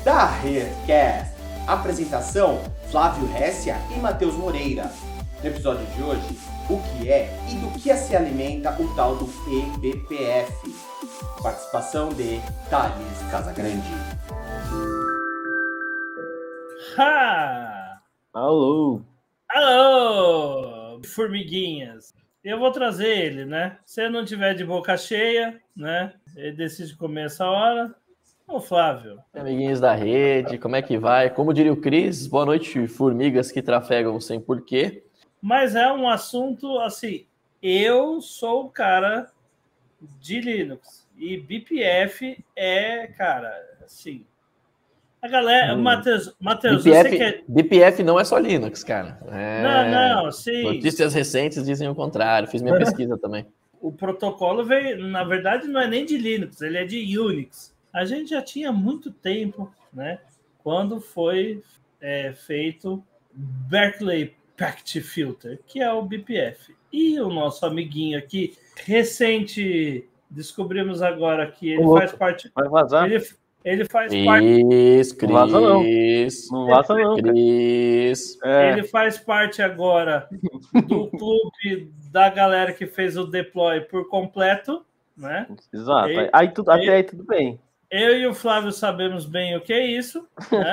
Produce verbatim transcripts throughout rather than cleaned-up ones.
da HearCast. Apresentação: Flávio Hessia e Matheus Moreira. No episódio de hoje, o que é e do que se alimenta o tal do E B P F. Participação de Thales Casagrande. Ha! Alô! Alô, formiguinhas. Eu vou trazer ele, né? Se ele não tiver de boca cheia, né? Ele decide comer essa hora. Ô, Flávio. Amiguinhos da rede, como é que vai? Como diria o Cris, boa noite, formigas que trafegam sem porquê. Mas é um assunto, assim, eu sou o cara de Linux. E B P F é, cara, assim... A galera... Hum. Matheus, Matheus, B P F, você quer... B P F não é só Linux, cara. É... Não, não, sim. Notícias recentes dizem o contrário. Fiz minha pesquisa também. O protocolo veio, na verdade, não é nem de Linux, ele é de Unix. A gente já tinha muito tempo, né? Quando foi é, feito Berkeley Packet Filter, que é o B P F. E o nosso amiguinho aqui, recente, descobrimos agora que ele Opa, faz parte... Vai vazar? Ele, ele faz Cris, parte... Cris, não vaza não. Não vaza não, Cris. É. Ele faz parte agora do clube da galera que fez o deploy por completo, né? Exato. E, aí, tudo, até aí tudo bem. Eu e o Flávio sabemos bem o que é isso, né?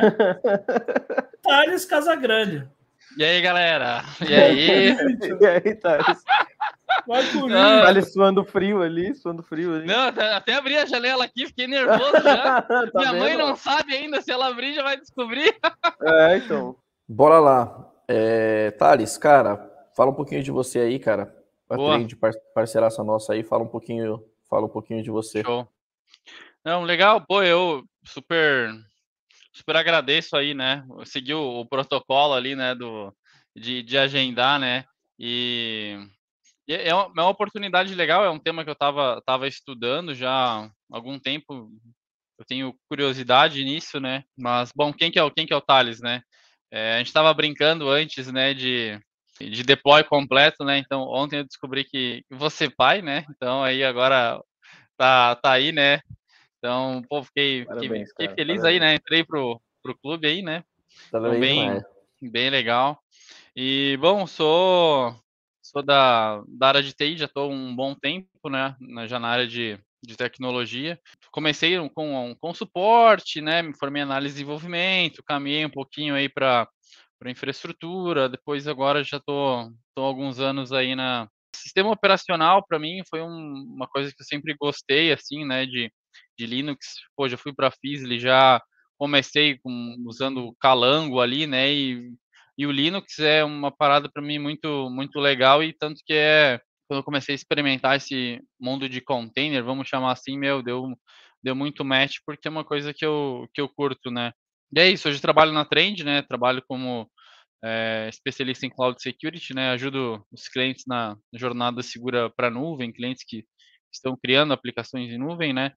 Thales Casagrande. E aí, galera? E aí? E aí, Thales? Vai por mim. Thales suando frio ali, suando frio ali. Não, até abri a janela aqui, fiquei nervoso já. Tá Minha vendo? mãe não sabe ainda, se ela abrir já vai descobrir. É, então. Bora lá. É, Thales, cara, fala um pouquinho de você aí, cara. De parceiraça nossa aí, fala um pouquinho, fala um pouquinho de você. Show. Não, legal, pô, eu super, super agradeço aí, né, eu segui o, o protocolo ali, né, do, de, de agendar, né, e, e é, uma, é uma oportunidade legal, é um tema que eu tava, tava estudando já há algum tempo, eu tenho curiosidade nisso, né, mas, bom, quem que é o, quem que é o Thales, né, é, a gente tava brincando antes, né, de, de deploy completo, né, então ontem eu descobri que vou ser pai, né, então aí agora tá, tá aí, né. Então, pô, fiquei, Parabéns, fiquei, fiquei cara, feliz parabéns. aí, né? Entrei pro, pro clube aí, né? Então, bem, bem legal. E, bom, sou, sou da, da área de T I, já estou um bom tempo, né? Já na área de, de tecnologia. Comecei com, com suporte, né? Me formei em análise de desenvolvimento, caminhei um pouquinho aí para para infraestrutura, depois agora já estou tô, tô alguns anos aí na... Sistema operacional, para mim, foi um, uma coisa que eu sempre gostei, assim, né? De de Linux, pô, já fui para a Fizzly, já comecei com, usando o Calango ali, né, e, e o Linux é uma parada para mim muito, muito legal, e tanto que é, quando eu comecei a experimentar esse mundo de container, vamos chamar assim, meu, deu, deu muito match, porque é uma coisa que eu, que eu curto, né. E é isso, hoje eu trabalho na Trend, né, trabalho como é, especialista em Cloud Security, né, ajudo os clientes na jornada segura para nuvem, clientes que estão criando aplicações em nuvem, né.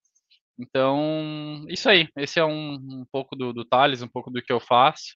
Então, isso aí. Esse é um, um pouco do, do Thales, um pouco do que eu faço.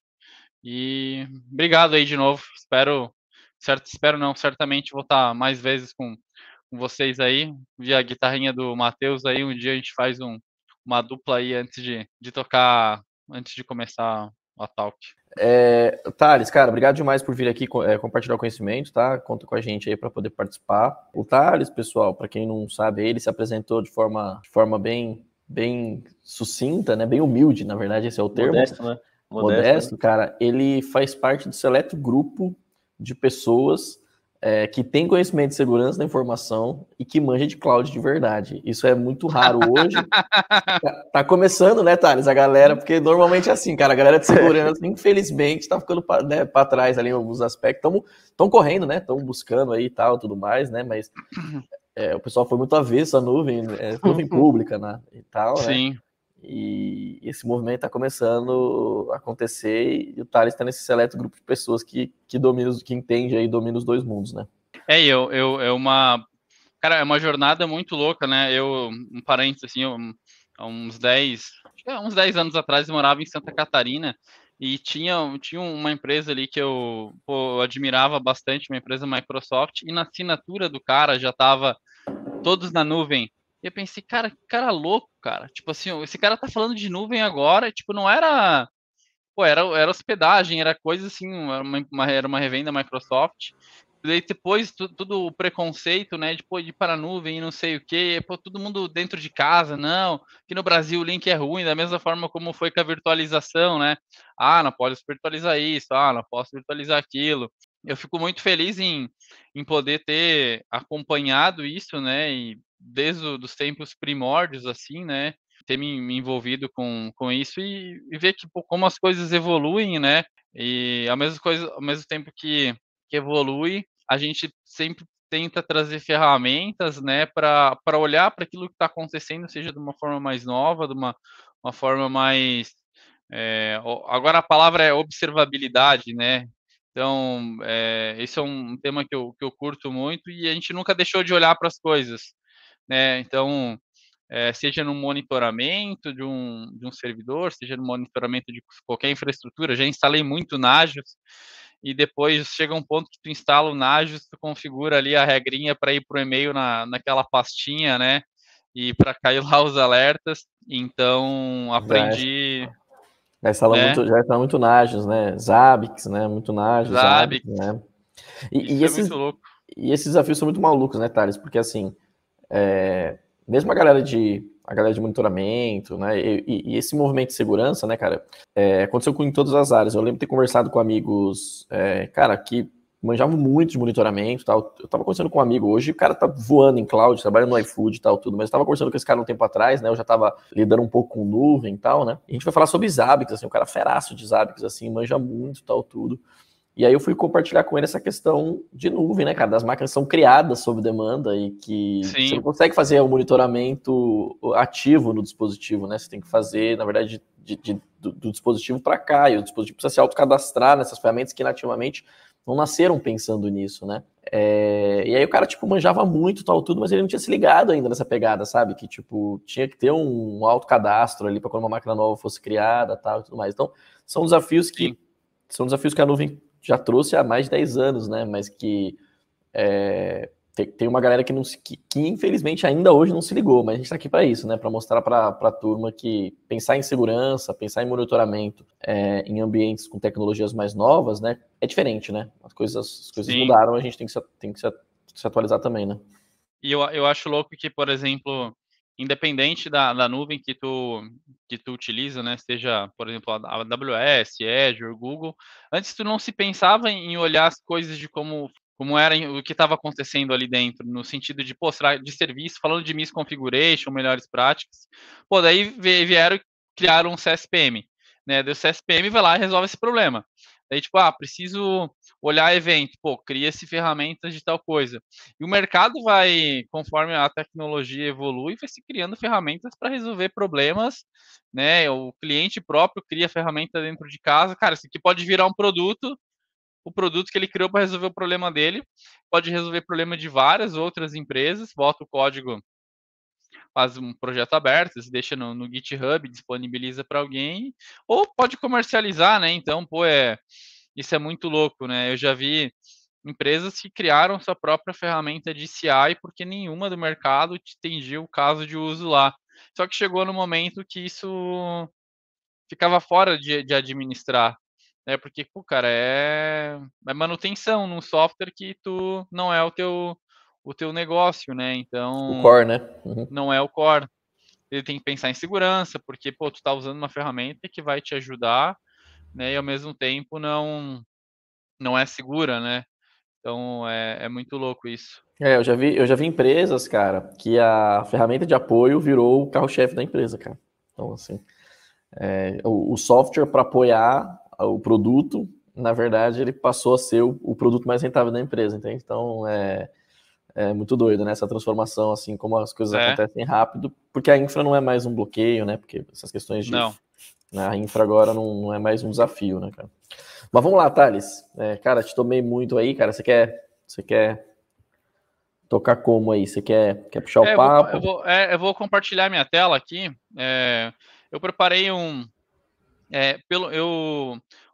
E obrigado aí de novo. Espero, certo, espero não, certamente vou estar mais vezes com, com vocês aí. Vi a guitarrinha do Matheus aí, um dia a gente faz um, uma dupla aí antes de, de tocar, antes de começar a talk. É, Thales, cara, obrigado demais por vir aqui é, compartilhar o conhecimento, tá? Conta com a gente aí para poder participar. O Thales, pessoal, para quem não sabe, ele se apresentou de forma, de forma bem, bem sucinta, né? Bem humilde, na verdade, esse é o termo. Modesto, né? Modesto, Modesto, cara. Ele faz parte do seleto grupo de pessoas é, que tem conhecimento de segurança da informação e que manja de cloud de verdade. Isso é muito raro hoje. tá, tá começando, né, Thales? A galera, porque normalmente é assim, cara, a galera de segurança, infelizmente, tá ficando para né, trás ali em alguns aspectos. Estão correndo, né? Estão buscando aí e tal, tudo mais, né? Mas é, o pessoal foi muito avesso à nuvem, é, nuvem pública, né? E tal, Sim. Né? E esse movimento está começando a acontecer e o Thales está nesse seleto grupo de pessoas que, que domina, que entende aí, domina os dois mundos, né? É, eu, eu, é uma... Cara, é uma jornada muito louca, né? Eu, um parênteses, assim, eu, há uns dez, uns dez anos atrás eu morava em Santa Catarina e tinha, tinha uma empresa ali que eu, pô, eu admirava bastante, uma empresa Microsoft, e na assinatura do cara já estava todos na nuvem, E eu pensei, cara, que cara louco, cara. Tipo assim, esse cara tá falando de nuvem agora, tipo, não era... Pô, era, era hospedagem, era coisa assim, era uma, uma, era uma revenda Microsoft. E daí depois tu, tudo o preconceito, né, de, pô, de ir para a nuvem e não sei o quê, pô, todo mundo dentro de casa, não, aqui no Brasil o link é ruim, da mesma forma como foi com a virtualização, né, ah, não posso virtualizar isso, ah, não posso virtualizar aquilo. Eu fico muito feliz em, em poder ter acompanhado isso, né, e desde os tempos primórdios, assim, né, ter me, me envolvido com, com isso e, e ver que, pô, como as coisas evoluem, né, e ao mesmo, coisa, ao mesmo tempo que, que evolui, a gente sempre tenta trazer ferramentas, né, para olhar para aquilo que está acontecendo, seja de uma forma mais nova, de uma, uma forma mais... É, agora a palavra é observabilidade, né? Então, é, esse é um tema que eu, que eu curto muito e a gente nunca deixou de olhar para as coisas, né? Então, é, seja no monitoramento de um, de um servidor, seja no monitoramento de qualquer infraestrutura, já instalei muito Nagios, e depois chega um ponto que tu instala o Nagios, tu configura ali a regrinha para ir para o e-mail na, naquela pastinha, né? E para cair lá os alertas. Então, aprendi... Já instala né? muito, já instala muito Nagios, né? Zabbix, né? Muito Nagios, Zabbix, né? E, e, é esses, muito louco. e esses desafios são muito malucos, né, Thales? Porque, assim, é, mesmo a galera de a galera de monitoramento, né? E, e, e esse movimento de segurança, né, cara? É, aconteceu com, em todas as áreas. Eu lembro de ter conversado com amigos, é, cara, que manjavam muito de monitoramento e tal. Eu tava conversando com um amigo hoje, o cara tá voando em cloud, trabalhando no iFood e tal, tudo, mas eu tava conversando com esse cara um tempo atrás, né, eu já tava lidando um pouco com nuvem e tal, né, e a gente vai falar sobre Zabbix, assim, o cara feraço de Zabbix, assim, manja muito e tal, tudo. E aí eu fui compartilhar com ele essa questão de nuvem, né, cara, das máquinas são criadas sob demanda e que Sim. você não consegue fazer o monitoramento ativo no dispositivo, né, você tem que fazer, na verdade, de, de, do, do dispositivo para cá, e o dispositivo precisa se autocadastrar nessas ferramentas que nativamente não nasceram pensando nisso, né? É, e aí o cara, tipo, manjava muito tal, tudo, mas ele não tinha se ligado ainda nessa pegada, sabe? Que, tipo, tinha que ter um autocadastro ali para quando uma máquina nova fosse criada tal, e tudo mais. Então, são desafios que Sim. são desafios que a nuvem já trouxe há mais de dez anos, né? Mas que é, tem, tem uma galera que, não se, que, que, infelizmente, ainda hoje não se ligou, mas a gente está aqui para isso, né? Para mostrar para a turma que pensar em segurança, pensar em monitoramento é, em ambientes com tecnologias mais novas, né? É diferente, né? As coisas, as coisas mudaram, a gente tem que, se, tem que se, se atualizar também, né? E eu, eu acho louco que, por exemplo, independente da, da nuvem que tu, que tu utiliza, né? Seja, por exemplo, a A W S, Azure, Google, antes tu não se pensava em olhar as coisas de como como era o que estava acontecendo ali dentro, no sentido de, pô, será de serviço, falando de misconfiguration, melhores práticas. Pô, daí vieram e criaram um C S P M, né? Daí o C S P M vai lá e resolve esse problema. Daí, tipo, ah, preciso olhar evento, pô, cria-se ferramentas de tal coisa. E o mercado vai, conforme a tecnologia evolui, vai se criando ferramentas para resolver problemas, né? O cliente próprio cria ferramenta dentro de casa. Cara, isso aqui pode virar um produto, o produto que ele criou para resolver o problema dele, pode resolver problema de várias outras empresas, bota o código, faz um projeto aberto, se deixa no, no GitHub, disponibiliza para alguém, ou pode comercializar, né? Então, pô, é, isso é muito louco, né? Eu já vi empresas que criaram sua própria ferramenta de C I porque nenhuma do mercado atendia o caso de uso lá. Só que chegou no momento que isso ficava fora de, de administrar. É porque, pô, cara, é, é manutenção num software que tu não é o teu, o teu negócio, né? Então... O core, né? Uhum. Não é o core. Ele tem que pensar em segurança, porque, pô, tu tá usando uma ferramenta que vai te ajudar, né? E ao mesmo tempo não, não é segura, né? Então é, é muito louco isso. É, eu já vi, eu já vi empresas, cara, que a ferramenta de apoio virou o carro-chefe da empresa, cara. Então, assim, é, o, o software para apoiar o produto, na verdade, ele passou a ser o, o produto mais rentável da empresa, entende? Então, é, é muito doido, né? Essa transformação, assim, como as coisas é. acontecem rápido, porque a infra não é mais um bloqueio, né? Porque essas questões de... Não. Né, a infra agora não, não é mais um desafio, né, cara? Mas vamos lá, Thales. É, cara, te tomei muito aí, cara. Você quer, você quer tocar como aí? Você quer, quer puxar é, o papo? Eu vou, eu, vou, é, eu vou compartilhar minha tela aqui. É, eu preparei um... É, pelo, eu,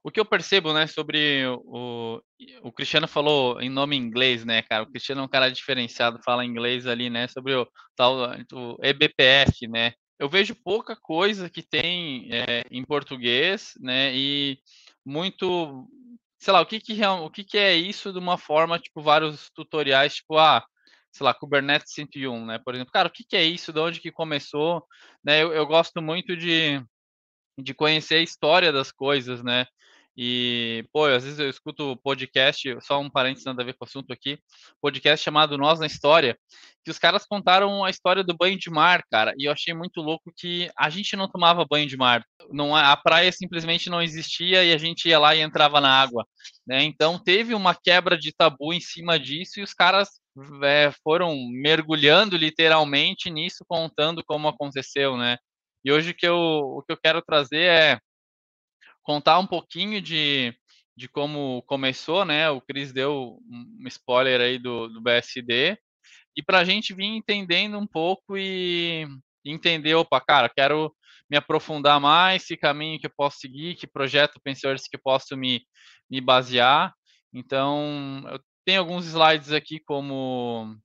o que eu percebo, né, sobre o, o Cristiano falou em nome inglês, né, cara, o Cristiano é um cara diferenciado, fala inglês ali, né, sobre o tal, o E B P F, né, eu vejo pouca coisa que tem é, em português, né, e muito, sei lá, o que que, o que que é isso de uma forma, tipo, vários tutoriais, tipo, ah, sei lá, Kubernetes cento e um, né, por exemplo, cara, o que que é isso, de onde que começou, né, eu, eu gosto muito de de conhecer a história das coisas, né? E, pô, às vezes eu escuto podcast, só um parênteses nada a ver com o assunto aqui, podcast chamado Nós na História, que os caras contaram a história do banho de mar, cara, e eu achei muito louco que a gente não tomava banho de mar, não, a praia simplesmente não existia e a gente ia lá e entrava na água, né? Então teve uma quebra de tabu em cima disso e os caras é, foram mergulhando literalmente nisso, contando como aconteceu, né? E hoje o que eu, o que eu quero trazer é contar um pouquinho de, de como começou, né? O Cris deu um spoiler aí do, do B S D, e para a gente vir entendendo um pouco e entender, opa, cara, quero me aprofundar mais, que caminho que eu posso seguir, que projeto open source que eu posso me, me basear. Então, eu tenho alguns slides aqui como,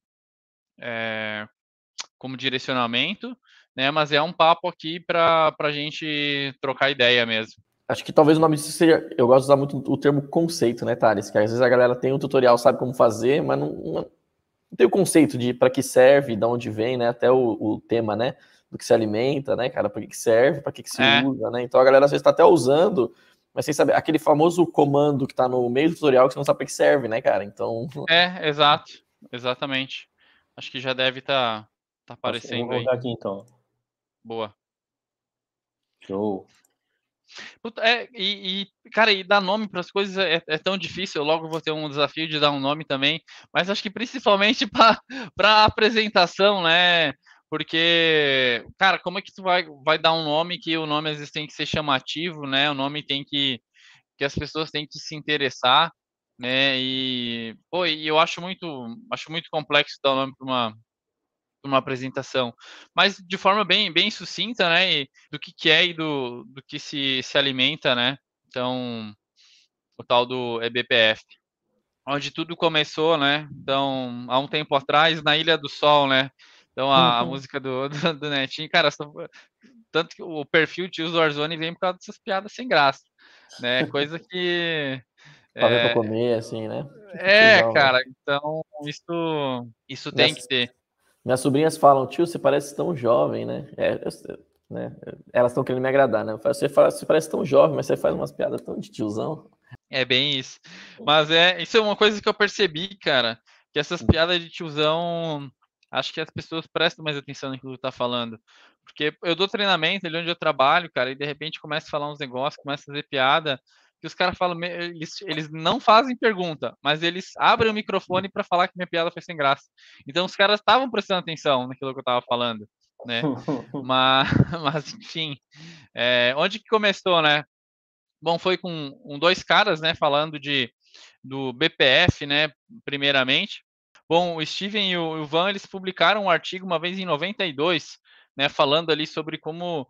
é, como direcionamento, né? Mas é um papo aqui para a gente trocar ideia mesmo. Acho que talvez o nome disso seja... Eu gosto de usar muito o termo conceito, né, Thales? Que às vezes a galera tem um tutorial, sabe como fazer, mas não, não tem o conceito de para que serve, de onde vem, né? Até o, o tema, né? Do que se alimenta, né, cara? Para que, que serve, para que, que se é. usa, né? Então a galera às vezes está até usando, mas sem saber aquele famoso comando que está no meio do tutorial que você não sabe para que serve, né, cara? Então... É, exato. Exatamente. Acho que já deve estar tá, tá aparecendo aí. Vou colocar aqui, então. Boa. Show. É, e, e, cara, e dar nome para as coisas é, é tão difícil. Eu logo vou ter um desafio de dar um nome também, mas acho que principalmente para apresentação, né? Porque, cara, como é que tu vai, vai dar um nome que o nome às vezes tem que ser chamativo, né? O nome tem que que as pessoas têm que se interessar, né? E, pô, e eu acho muito, acho muito complexo dar o nome para uma uma apresentação, mas de forma bem, bem sucinta, né, e do que, que é e do, do que se, se alimenta, né, então, o tal do E B P F, onde tudo começou, né, então, há um tempo atrás, na Ilha do Sol, né, então a, a música do, do, do Netinho, cara, tanto que o perfil Tio Warzone vem por causa dessas piadas sem graça, né, coisa que... Pra ver pra comer, assim, né? É, legal, cara, né? Então, isso, isso tem que ter. Minhas sobrinhas falam, tio, você parece tão jovem, né? É, eu, né? Elas estão querendo me agradar, né? Você, fala, você parece tão jovem, mas você faz umas piadas tão de tiozão. É bem isso. Mas é, isso é uma coisa que eu percebi, cara, que essas piadas de tiozão, acho que as pessoas prestam mais atenção no que tu tá falando. Porque eu dou treinamento ali onde eu trabalho, cara, e de repente começa a falar uns negócios, começa a fazer piada, que os caras falam, eles, eles não fazem pergunta, mas eles abrem o microfone para falar que minha piada foi sem graça. Então os caras estavam prestando atenção naquilo que eu tava falando, né? mas, mas, enfim, é, onde que começou, né? Bom, foi com um, dois caras, né, falando de, do B P F, né, primeiramente. Bom, o Steven e o, o Van, eles publicaram um artigo uma vez em noventa e dois, né, falando ali sobre como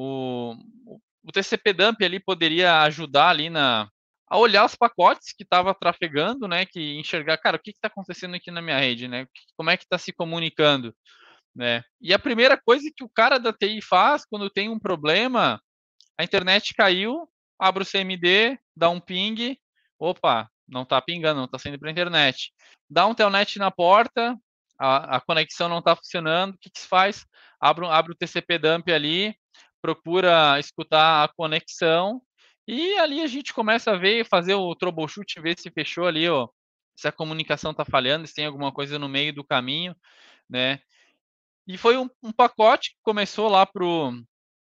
o, o T C P Dump ali poderia ajudar ali na, a olhar os pacotes que estava trafegando, né, que enxergar, cara, o que está acontecendo aqui na minha rede, né, como é que está se comunicando, né. E a primeira coisa que o cara da T I faz quando tem um problema, a internet caiu, abre o C M D, dá um ping, opa, não está pingando, não está saindo para a internet. Dá um telnet na porta, a, a conexão não está funcionando, o que, que se faz? Abre, abre o T C P dump ali, procura escutar a conexão, e ali a gente começa a ver, fazer o troubleshoot, ver se fechou ali, ó, se a comunicação está falhando, se tem alguma coisa no meio do caminho, né? E foi um, um pacote que começou lá pro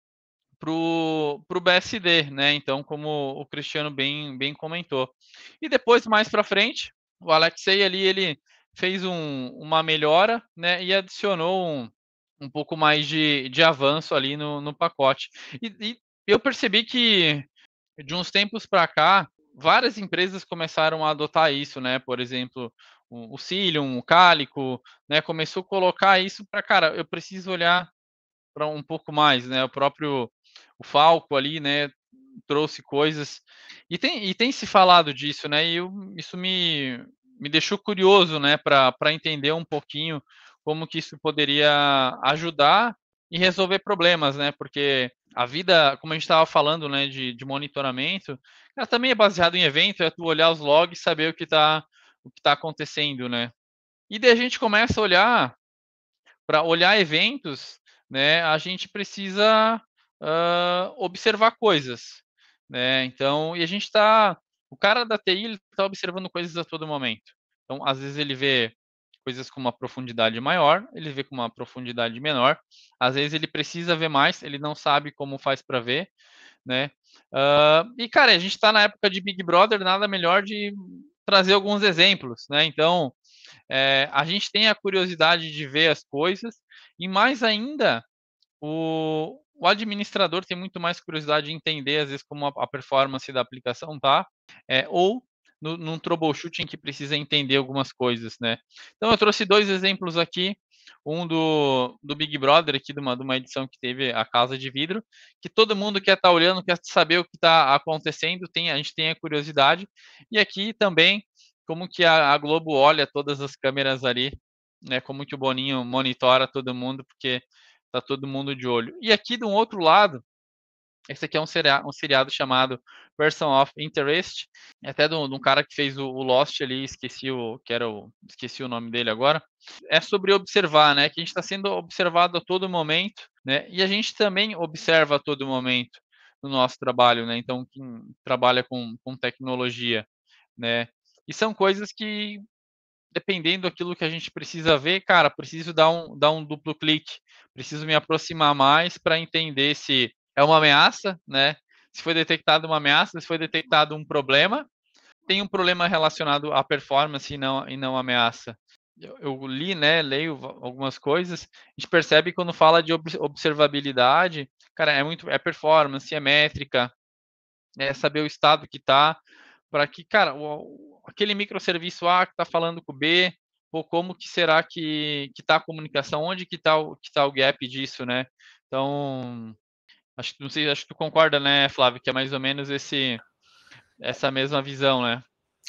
pro, pro B S D, né? Então, como o Cristiano bem, bem comentou. E depois, mais para frente, o Alexei ali, ele fez um, uma melhora, né? E adicionou um, um pouco mais de, de avanço ali no, no pacote. E, e eu percebi que, de uns tempos para cá, várias empresas começaram a adotar isso, né? Por exemplo, o, o Cilium, o Calico, né? Começou a colocar isso para, cara, eu preciso olhar para um pouco mais, né? O próprio o Falco ali, né? trouxe coisas, e tem, e tem se falado disso, né, e eu, isso me, me deixou curioso, né, para entender um pouquinho como que isso poderia ajudar e resolver problemas, né, porque a vida, como a gente estava falando, né, de, de monitoramento, ela também é baseado em evento, é tu olhar os logs e saber o que está o que tá acontecendo, né, e daí a gente começa a olhar, para olhar eventos, né, a gente precisa uh, observar coisas, né? Então, e a gente está, o cara da T I está observando coisas a todo momento. Então, às vezes ele vê coisas com uma profundidade maior, ele vê com uma profundidade menor. Às vezes ele precisa ver mais, ele não sabe como faz para ver, né? Uh, e cara, a gente está na época de Big Brother, nada melhor de trazer alguns exemplos, né? Então, é, a gente tem a curiosidade de ver as coisas, e mais ainda, o, o administrador tem muito mais curiosidade de entender, às vezes, como a, a performance da aplicação tá, é, ou no, num troubleshooting que precisa entender algumas coisas, né? Então, eu trouxe dois exemplos aqui, um do, do Big Brother, aqui de uma, de uma edição que teve a Casa de Vidro, que todo mundo quer estar tá olhando, quer saber o que está acontecendo, tem, a gente tem a curiosidade, e aqui também como que a, a Globo olha todas as câmeras ali, né? Como que o Boninho monitora todo mundo, porque tá todo mundo de olho. E aqui de um outro lado, esse aqui é um seriado, um seriado chamado Person of Interest, até de um, de um cara que fez o, o Lost ali, esqueci o que era o, esqueci o nome dele agora. É sobre observar, né? Que a gente está sendo observado a todo momento, né? E a gente também observa a todo momento no nosso trabalho, né? Então, quem trabalha com, com tecnologia, né? E são coisas que, dependendo daquilo que a gente precisa ver, cara, preciso dar um, dar um duplo clique, preciso me aproximar mais para entender se é uma ameaça, né? Se foi detectada uma ameaça, se foi detectado um problema, tem um problema relacionado à performance e não, e não ameaça. Eu, eu li, né, leio algumas coisas, a gente percebe quando fala de observabilidade, cara, é muito, é performance, é métrica, é saber o estado que está, para que, cara, o, aquele microserviço A que está falando com o B, ou como que será que está a comunicação, onde que está o, que tá o gap disso, né? Então, acho que não sei, acho que tu concorda, né, Flávio, que é mais ou menos esse, essa mesma visão, né?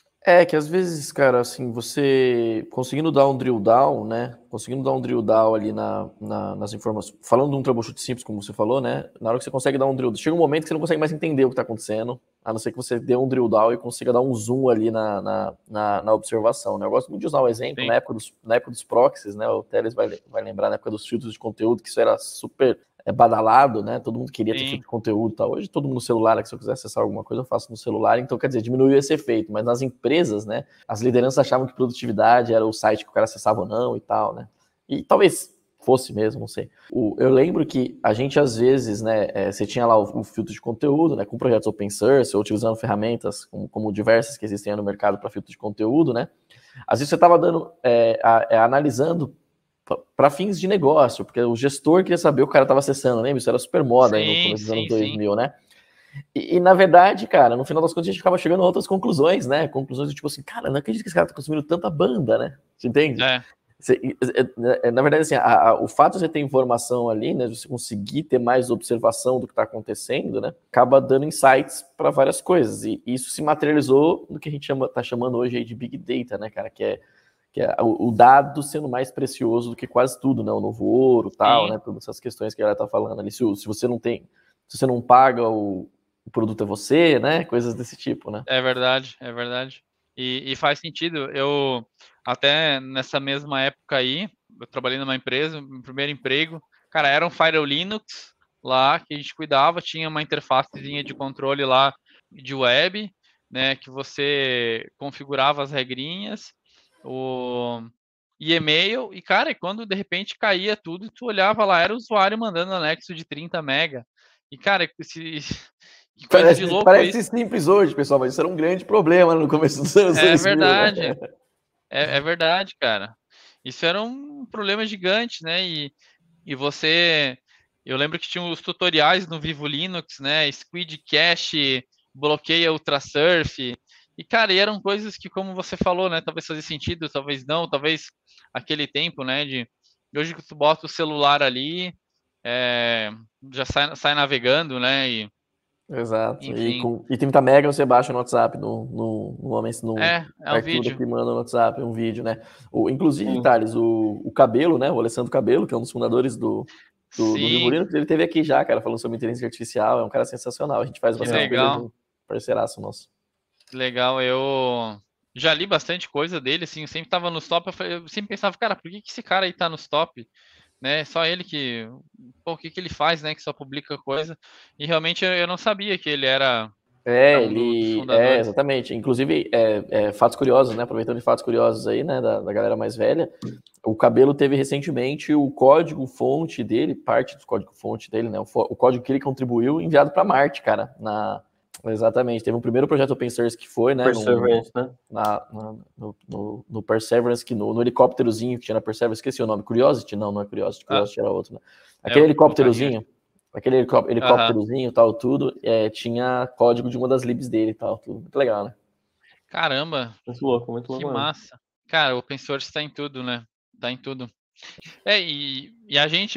É que às vezes, cara, assim, você conseguindo dar um drill down, né? Conseguindo dar um drill down ali na, na, nas informações. Falando de um troubleshoot simples, como você falou, né? Na hora que você consegue dar um drill, chega um momento que você não consegue mais entender o que está acontecendo, a não ser que você dê um drill down e consiga dar um zoom ali na, na, na, na observação, né? Eu gosto muito de usar o um exemplo, na época, dos, na época dos proxies, né? O Teles vai, vai lembrar, na época dos filtros de conteúdo, que isso era super é badalado, né? Todo mundo queria ter filtro de conteúdo e tal. Hoje todo mundo no celular, né? Que se eu quiser acessar alguma coisa, eu faço no celular. Então, quer dizer, diminuiu esse efeito. Mas nas empresas, né? As lideranças achavam que produtividade era o site que o cara acessava ou não e tal, né? E talvez fosse mesmo, não sei. O, eu lembro que a gente, às vezes, né? É, você tinha lá o, o filtro de conteúdo, né? Com projetos open source, ou utilizando ferramentas como, como diversas que existem no mercado para filtro de conteúdo, né? Às vezes você estava dando, é, a, é, analisando para fins de negócio, porque o gestor queria saber o que o cara estava acessando, lembra? Isso era super moda sim, aí no começo dos anos dois mil, sim. Né? E, e, na verdade, cara, no final das contas a gente acaba chegando a outras conclusões, né? Conclusões do tipo assim, cara, não acredito que esse cara tá consumindo tanta banda, né? Você entende? É. Você, na verdade, assim, a, a, o fato de você ter informação ali, né? De você conseguir ter mais observação do que está acontecendo, né? Acaba dando insights para várias coisas. E isso se materializou no que a gente chama, tá chamando hoje aí de Big Data, né, cara? Que é que é o dado sendo mais precioso do que quase tudo, né? O novo ouro, tal, Sim. né? Todas essas questões que ela tá falando ali. Se, se você não tem, se você não paga o, o produto é você, né? Coisas desse tipo, né? É verdade, é verdade. E, e faz sentido. Eu até nessa mesma época aí, eu trabalhei numa empresa, meu primeiro emprego, cara, era um Firewall Linux lá que a gente cuidava, tinha uma interfacezinha de controle lá de web, né? Que você configurava as regrinhas. O e e-mail, e cara, quando de repente caía tudo, tu olhava lá, era o usuário mandando anexo de trinta mega, e cara, esse, que coisa parece, de louco parece isso. simples hoje, pessoal, mas isso era um grande problema no começo dos anos é dois mil, verdade, né? é, é verdade, cara, isso era um problema gigante, né, e, e você, eu lembro que tinha os tutoriais no Vivo Linux, né, Squid Cache, bloqueia Ultrasurf, e, cara, e eram coisas que, como você falou, né, talvez fazia sentido, talvez não, talvez aquele tempo, né, de hoje que tu bota o celular ali, é, já sai, sai navegando, né, e, Exato. E, Enfim. com, e trinta megas você baixa no WhatsApp, no, no, no, no É, é um arquivo vídeo. que manda no WhatsApp, um vídeo, né? O, inclusive, Sim. Thales, o, o Cabelo, né? O Alessandro Cabelo, que é um dos fundadores do, do, do Vivo Sim, Linux, ele teve aqui já, cara, falando sobre inteligência artificial. É um cara sensacional. A gente faz que bastante coisa legal. junto. Parceiraço nosso. Legal, eu já li bastante coisa dele, assim, eu sempre tava nos top, eu falei- eu sempre pensava, cara, por que que esse cara aí tá nos top, né? Só ele que, pô, o que que ele faz, né? Que só publica coisa. E realmente eu, eu não sabia que ele era, era É, um do- dos ele. É, fundadores. exatamente. Inclusive, é, é, fatos curiosos, né? Aproveitando de fatos curiosos aí, né? Da, da galera mais velha. O Cabelo teve recentemente o código-fonte dele, parte do código-fonte dele, né? O, fo- o código que ele contribuiu enviado para Marte, cara. Na, exatamente. Teve um primeiro projeto open source que foi, né? num- Perseverance, né? na, na- no, no- no Perseverance, que no, no helicópterozinho que tinha na Perseverance, esqueci o nome. Curiosity? Não, não é Curiosity. Ah, Curiosity era outro, né? é Aquele o, o carrinho. helicópterozinho, aquele helicó- Aham. helicópterozinho e tal, tudo, é, tinha código de uma das libs dele e tal, tudo. Muito legal, né? Caramba, Muito louco, muito que louco mesmo. massa. Cara, o open source tá em tudo, né? Tá em tudo. É, e, e a gente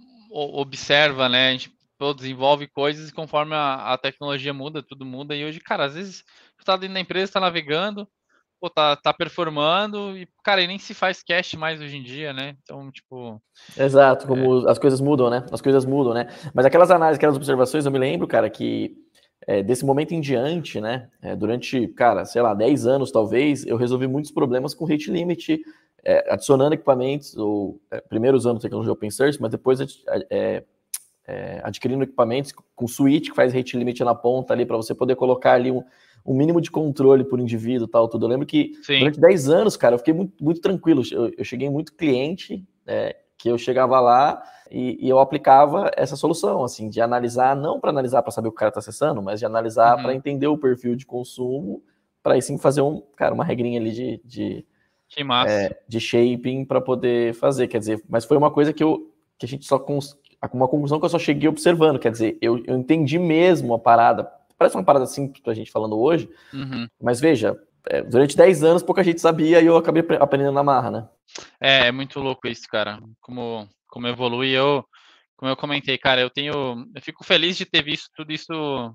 o- observa, né? A gente pô, desenvolve coisas e conforme a, a tecnologia muda, tudo muda. E hoje, cara, às vezes tu tá dentro da empresa, tá navegando, pô, tá, tá performando e, cara, e nem se faz cache mais hoje em dia, né? Então, tipo, Exato, é, como as coisas mudam, né? As coisas mudam, né? Mas aquelas análises, aquelas observações, eu me lembro, cara, que é, desse momento em diante, né? é, durante, cara, sei lá, dez anos talvez, eu resolvi muitos problemas com rate limit, é, adicionando equipamentos, ou é, primeiro usando tecnologia open source, mas depois ad- é, é, adquirindo equipamentos com switch que faz rate limit na ponta ali, para você poder colocar ali um, um mínimo de controle por indivíduo e tal, tudo. Eu lembro que sim, durante dez anos, cara, eu fiquei muito, muito tranquilo. Eu, eu cheguei muito cliente, é, que eu chegava lá e, e eu aplicava essa solução, assim, de analisar, não para analisar para saber o que o cara está acessando, mas de analisar uhum, para entender o perfil de consumo, para aí sim fazer um, cara, uma regrinha ali de, de, que massa. é, de shaping para poder fazer. Quer dizer, mas foi uma coisa que, eu, que a gente só. Cons... Uma conclusão que eu só cheguei observando. Quer dizer, eu, eu entendi mesmo a parada. Parece uma parada simples pra gente falando hoje, Uhum. mas veja, é, durante dez anos pouca gente sabia e eu acabei aprendendo na marra, né? É, é muito louco isso, cara. Como, como evolui. Eu, como eu comentei, cara, eu tenho, eu fico feliz de ter visto tudo isso,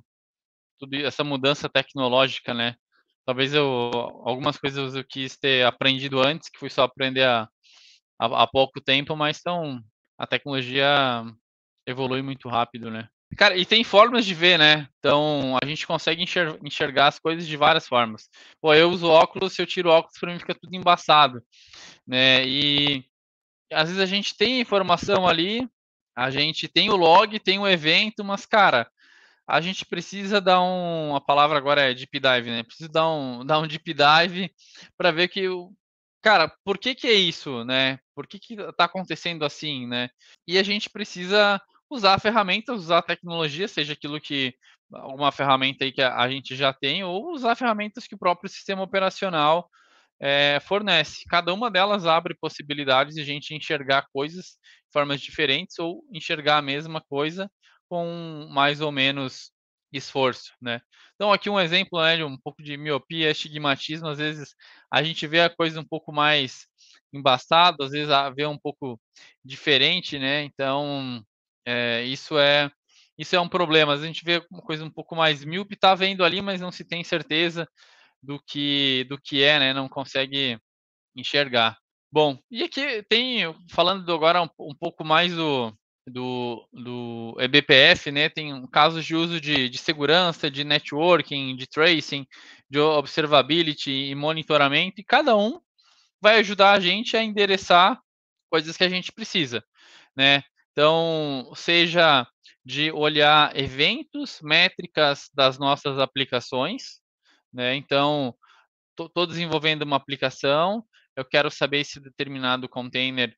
tudo essa mudança tecnológica, né? Talvez eu, algumas coisas eu quis ter aprendido antes, que fui só aprender há, há, há pouco tempo, mas então a tecnologia evolui muito rápido, né? Cara, e tem formas de ver, né? Então a gente consegue enxer- enxergar as coisas de várias formas. Pô, eu uso óculos, se eu tiro óculos, para mim fica tudo embaçado, né? E às vezes a gente tem a informação ali, a gente tem o log, tem o evento, mas, cara, a gente precisa dar um. A palavra agora é deep dive, né? Precisa dar um, dar um deep dive para ver que o. Cara, por que, que é isso, né? Por que, que tá acontecendo assim, né? E a gente precisa usar ferramentas, usar tecnologia, seja aquilo que. Alguma ferramenta aí que a, a gente já tem, ou usar ferramentas que o próprio sistema operacional é, fornece. Cada uma delas abre possibilidades de a gente enxergar coisas de formas diferentes ou enxergar a mesma coisa com mais ou menos esforço, né? Então aqui um exemplo, né, de um pouco de miopia, estigmatismo, às vezes a gente vê a coisa um pouco mais embaçada, às vezes a vê um pouco diferente, né? Então é, isso é isso é um problema. Às vezes a gente vê uma coisa um pouco mais míope, tá vendo ali, mas não se tem certeza do que do que é, né? Não consegue enxergar. Bom, e aqui tem, falando agora um, um pouco mais do, do, do E B P F, né? Tem casos de uso de, de segurança, de networking, de tracing, de observability e monitoramento, e cada um vai ajudar a gente a endereçar coisas que a gente precisa, né? Então, seja de olhar eventos, métricas das nossas aplicações, né? Então, estou desenvolvendo uma aplicação, eu quero saber se determinado container,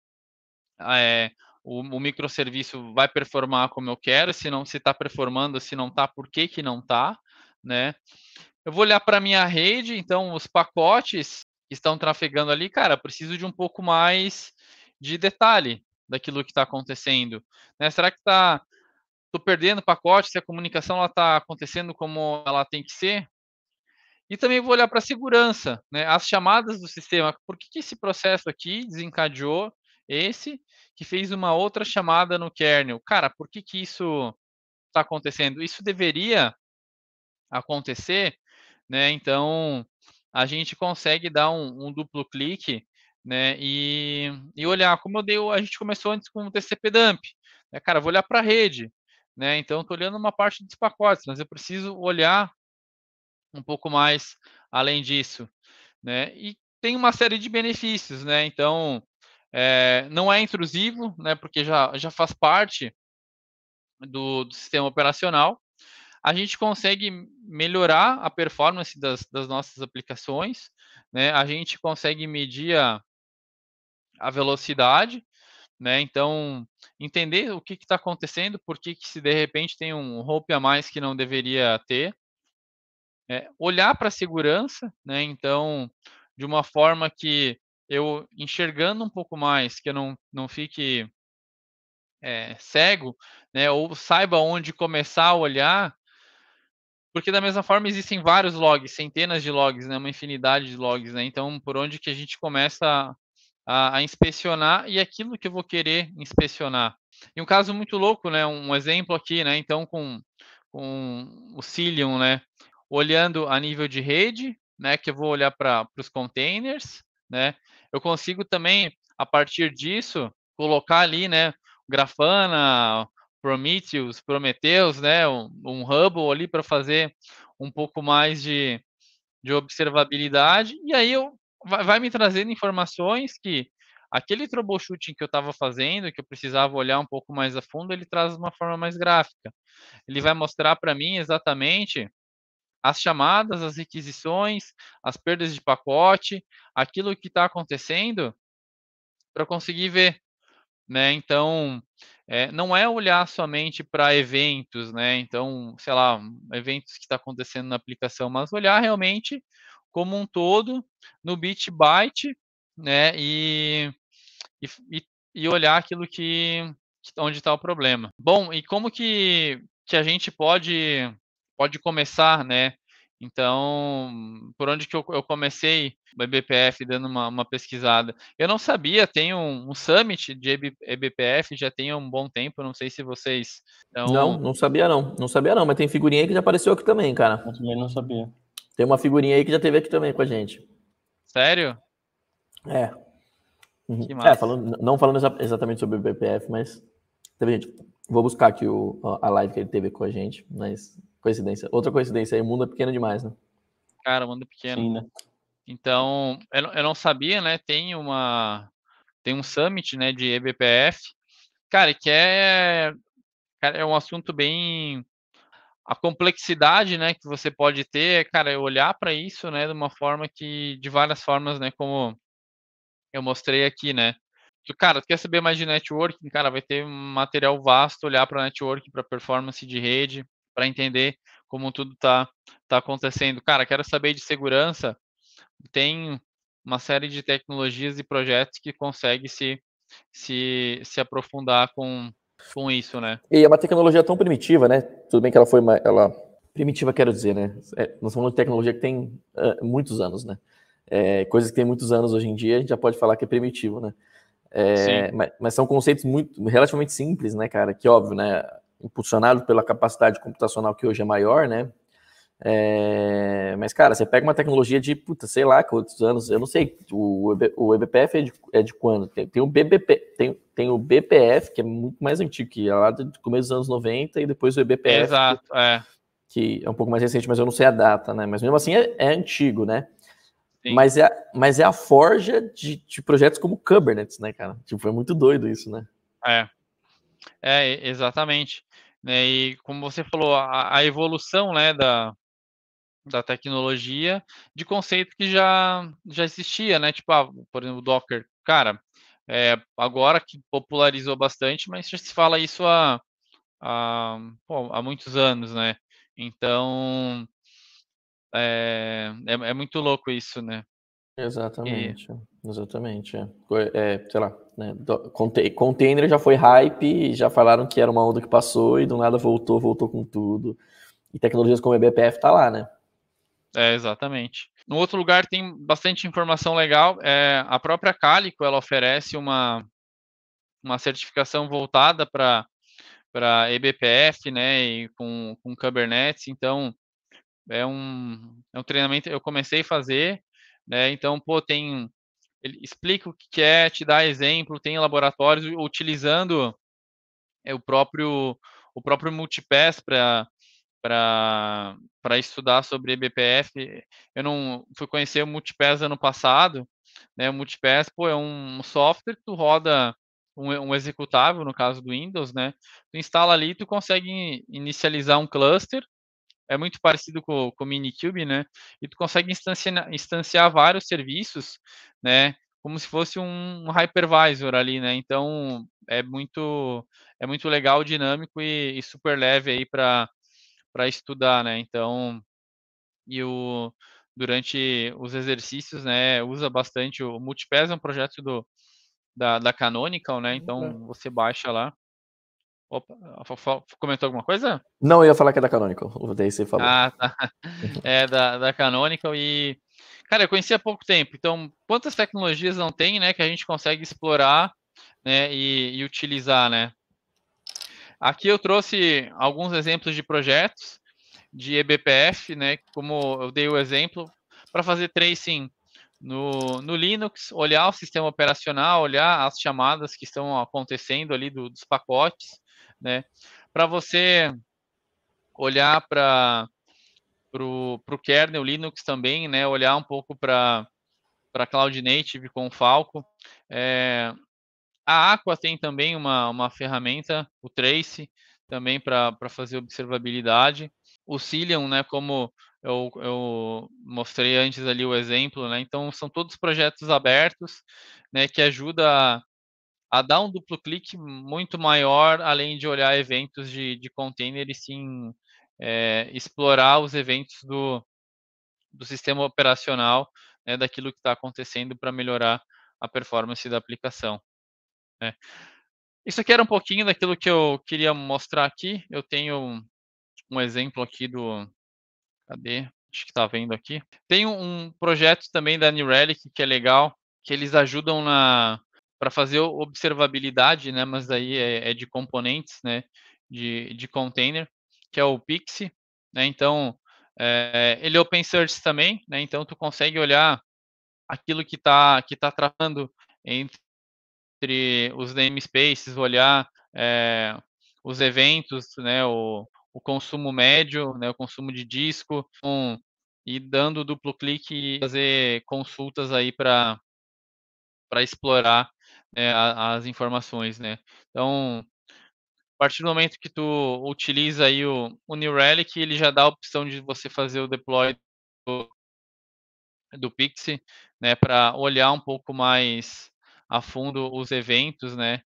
é, o, o microserviço vai performar como eu quero, se não se está performando, se não está, por que que não está, né? Eu vou olhar para a minha rede, então os pacotes que estão trafegando ali, cara, preciso de um pouco mais de detalhe daquilo que está acontecendo, né? Será que está, estou perdendo pacote, se a comunicação está acontecendo como ela tem que ser? E também vou olhar para a segurança, né? As chamadas do sistema. Por que, que esse processo aqui desencadeou esse que fez uma outra chamada no kernel? Cara, por que, que isso está acontecendo? Isso deveria acontecer, né? Então, a gente consegue dar um, um duplo clique, né? E, e olhar, como eu dei, a gente começou antes com o T C P dump, né? Cara, vou olhar para a rede, né? Então, estou olhando uma parte dos pacotes, mas eu preciso olhar um pouco mais além disso, né? E tem uma série de benefícios, né? Então, é, não é intrusivo, né? Porque já, já faz parte do, do sistema operacional. A gente consegue melhorar a performance das, das nossas aplicações, né? A gente consegue medir a, a velocidade, né? Então, entender o que está acontecendo, por que, que se de repente tem um hope a mais que não deveria ter. É, olhar para a segurança, né? Então, de uma forma que eu enxergando um pouco mais, que eu não, não fique é, cego, né? Ou saiba onde começar a olhar, porque da mesma forma existem vários logs, centenas de logs, né? Uma infinidade de logs, né? Então, por onde que a gente começa a, a inspecionar e aquilo que eu vou querer inspecionar. E um caso muito louco, né? Um exemplo aqui, né? Então, com, com o Cilium, né? Olhando a nível de rede, né? Que eu vou olhar para os containers, né? Eu consigo também, a partir disso, colocar ali, né? Grafana, Prometheus, Prometheus, né? Um, um Hubble ali para fazer um pouco mais de, de observabilidade. E aí eu vai, vai me trazendo informações que aquele troubleshooting que eu estava fazendo, que eu precisava olhar um pouco mais a fundo, ele traz de uma forma mais gráfica. Ele vai mostrar para mim exatamente as chamadas, as requisições, as perdas de pacote, aquilo que está acontecendo, para conseguir ver, né? Então, é, não é olhar somente para eventos, né? Então, sei lá, eventos que está acontecendo na aplicação, mas olhar realmente como um todo no bit byte, né? E, e, e olhar aquilo que, onde está o problema. Bom, e como que, que a gente pode pode começar, né? Então, por onde que eu, eu comecei o E B P F dando uma, uma pesquisada? Eu não sabia, tem um, um summit de E B P F, já tem um bom tempo, não sei se vocês... Então... Não, não sabia não, não sabia não, mas tem figurinha aí que já apareceu aqui também, cara. Eu também não sabia. Tem uma figurinha aí que já teve aqui também com a gente. Sério? É. Uhum. Que É, massa. falando, não falando exa- exatamente sobre o B P F, mas teve gente. Vou buscar aqui o, a live que ele teve com a gente, mas coincidência. Outra coincidência aí, o mundo é pequeno demais, né? Cara, mundo pequeno. Sim, né? Então, eu, não- eu não sabia, né? Tem uma tem um summit, né, de E B P F. Cara, que é cara, é um assunto bem a complexidade, né, que você pode ter, cara, é olhar para isso, né, de uma forma que de várias formas, né, como eu mostrei aqui, né? Que, cara, tu quer saber mais de networking, cara, vai ter um material vasto, olhar para networking, para performance de rede, para entender como tudo tá tá acontecendo. Cara, quero saber de segurança, tem uma série de tecnologias e projetos que consegue se se se aprofundar com com isso, né? E é uma tecnologia tão primitiva, né? Tudo bem que ela foi uma, ela primitiva, quero dizer, né? É, nós estamos falando de tecnologia que tem uh, muitos anos, né? É, coisas que tem muitos anos hoje em dia, a gente já pode falar que é primitivo, né? É, mas, mas são conceitos muito, relativamente simples, né, cara? Que, óbvio, né? Impulsionado pela capacidade computacional que hoje é maior, né? É, mas, cara, você pega uma tecnologia de, puta, sei lá, quantos anos, eu não sei, o, o E B P F é de, é de quando? Tem, tem o B B P, tem, tem o B P F, que é muito mais antigo, que é lá do começo dos anos noventa, e depois o E B P F, Exato, que, é. que é um pouco mais recente, mas eu não sei a data, né? Mas mesmo assim é, é antigo, né? Mas é, mas é a forja de, de projetos como Kubernetes, né, cara? Tipo, foi muito doido isso, né? É, é exatamente. Né, e como você falou, a, a evolução, né, da, da tecnologia, de conceito que já, já existia, né? Tipo, ah, por exemplo, o Docker. Cara, é, agora que popularizou bastante, mas já se fala isso há, há, pô, há muitos anos, né? Então, é, é, é muito louco isso, né? Exatamente, e... exatamente. É. É, sei lá, né? Container já foi hype, já falaram que era uma onda que passou e do nada voltou, voltou com tudo. E tecnologias como o E B P F tá lá, né? É, exatamente. No outro lugar tem bastante informação legal. É, a própria Calico, ela oferece uma, uma certificação voltada para para E B P F, né, e com, com Kubernetes. Então, é um, é um treinamento que eu comecei a fazer, né, então, pô, tem, ele explica o que é, te dá exemplo, tem laboratórios utilizando é, o próprio, o próprio Multipass para para estudar sobre E B P F. Eu não fui conhecer o Multipass ano passado, né? O Multipass, pô, é um software que tu roda um, um executável, no caso do Windows, né? Tu instala ali e tu consegue inicializar um cluster, é muito parecido com, com o Minikube, né? E tu consegue instanciar, instanciar vários serviços, né? Como se fosse um, um hypervisor ali, né? Então, é muito, é muito legal, dinâmico e, e super leve aí para para estudar, né? Então, e o durante os exercícios, né, usa bastante o Multipass, é um projeto do da, da Canonical, né? Então você baixa lá. Opa, comentou alguma coisa? Não, eu ia falar que é da Canonical, daí você falou. Ah, tá. É da, da Canonical e, cara, eu conheci há pouco tempo, então quantas tecnologias não tem, né, que a gente consegue explorar, né, e, e utilizar, né? Aqui eu trouxe alguns exemplos de projetos de E B P F, né, como eu dei o exemplo, para fazer tracing no, no Linux, olhar o sistema operacional, olhar as chamadas que estão acontecendo ali do, dos pacotes, né, para você olhar para o kernel Linux também, né, olhar um pouco para para Cloud Native com o Falco. É, a Aqua tem também uma, uma ferramenta, o Trace, também para fazer observabilidade. O Cilium, né, como eu, eu mostrei antes ali o exemplo, né, então são todos projetos abertos, né, que ajudam a, a dar um duplo clique muito maior, além de olhar eventos de, de container e sim é, explorar os eventos do, do sistema operacional, né, daquilo que está acontecendo para melhorar a performance da aplicação, né. Isso aqui era um pouquinho daquilo que eu queria mostrar aqui. Eu tenho um exemplo aqui do... Cadê? Acho que está vendo aqui. Tem um projeto também da New Relic que é legal, que eles ajudam na para fazer observabilidade, né? Mas daí é, é de componentes, né? De, de container, que é o Pixie, né? Então é, ele é open source também, né? Então tu consegue olhar aquilo que está que tá travando entre os namespaces, olhar é, os eventos, né? O, o consumo médio, né, o consumo de disco, um, e dando duplo clique e fazer consultas aí para para explorar, né, as informações, né. Então, a partir do momento que tu utiliza aí o, o New Relic, ele já dá a opção de você fazer o deploy do, do Pixie, né, para olhar um pouco mais a fundo os eventos, né,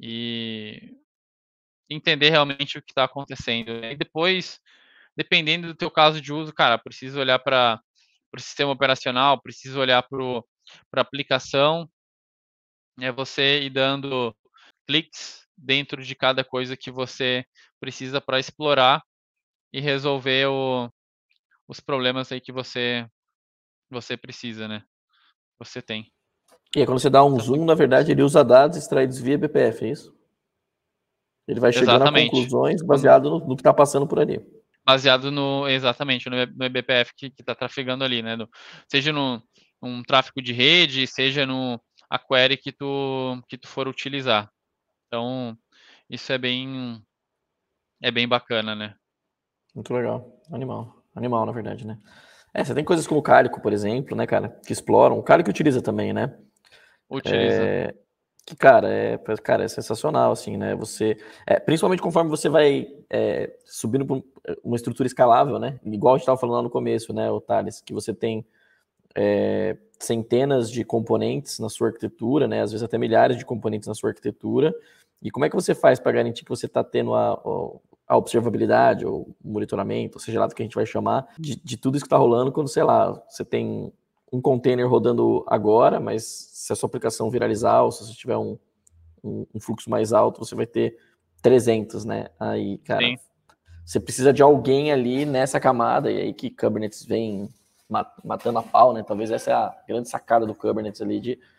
e entender realmente o que está acontecendo. E depois, dependendo do teu caso de uso, cara, precisa olhar para o sistema operacional, precisa olhar para a aplicação, é você ir dando cliques dentro de cada coisa que você precisa para explorar e resolver o, os problemas aí que você você precisa, né? Você tem. E aí, quando você dá um Então, zoom, muito... na verdade, ele usa dados extraídos via B P F, é isso? Ele vai chegando Exatamente. a conclusões baseado no, no que está passando por ali. Baseado no, exatamente, no, no E B P F que está trafegando ali, né? No, seja no um tráfego de rede, seja no a query que tu, que tu for utilizar. Então, isso é bem, é bem bacana, né? Muito legal. Animal. Animal, na verdade, né? É, você tem coisas como o Calico, por exemplo, né, cara, que exploram. O Calico utiliza também, né? Utiliza. É, que, cara, é, cara, é sensacional, assim, né? Você, é, principalmente conforme você vai é, subindo para uma estrutura escalável, né? Igual a gente estava falando lá no começo, né, o Thales, que você tem é, centenas de componentes na sua arquitetura, né? Às vezes até milhares de componentes na sua arquitetura. E como é que você faz para garantir que você está tendo a, a observabilidade ou monitoramento, ou seja lá do que a gente vai chamar, de, de tudo isso que está rolando quando, sei lá, você tem um container rodando agora, mas se a sua aplicação viralizar ou se você tiver um, um, um fluxo mais alto, você vai ter trezentos, né? Aí, cara, Sim. Você precisa de alguém ali nessa camada, e aí que Kubernetes vem matando a pau, né? Talvez essa é a grande sacada do Kubernetes ali, de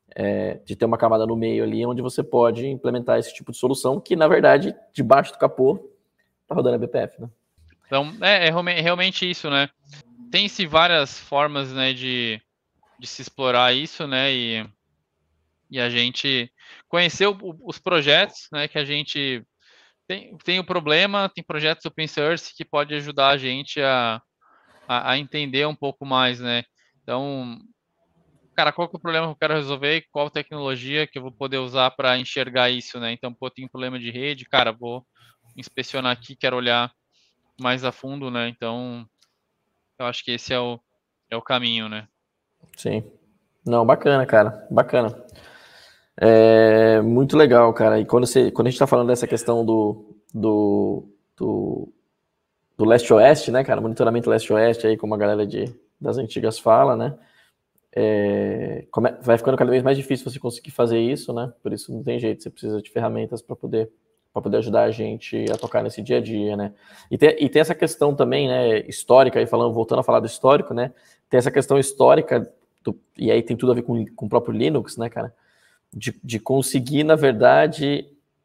é, de ter uma camada no meio ali, onde você pode implementar esse tipo de solução, que, na verdade, debaixo do capô, tá rodando a B P F, né? Então, é, é realmente isso, né? Tem-se várias formas, né, de, de se explorar isso, né, e, e a gente conheceu os projetos, né, que a gente tem, tem o problema, tem projetos open source que pode ajudar a gente a, a, a entender um pouco mais, né? Então, cara, qual que é o problema que eu quero resolver e qual tecnologia que eu vou poder usar para enxergar isso, né? Então, pô, tem um problema de rede, cara, vou inspecionar aqui, quero olhar mais a fundo, né? Então, eu acho que esse é o, é o caminho, né? Sim. Não, bacana, cara, bacana. É muito legal, cara. E quando, você, quando a gente tá falando dessa questão do, do, do, do leste-oeste, né, cara, monitoramento leste-oeste, aí como a galera de, das antigas fala, né, é, come, vai ficando cada vez mais difícil você conseguir fazer isso, né, por isso não tem jeito, você precisa de ferramentas para poder, para poder ajudar a gente a tocar nesse dia a dia, né. E tem, e tem essa questão também, né, histórica, aí falando, voltando a falar do histórico, né, tem essa questão histórica, do, e aí tem tudo a ver com, com o próprio Linux, né, cara, de, de conseguir, na verdade,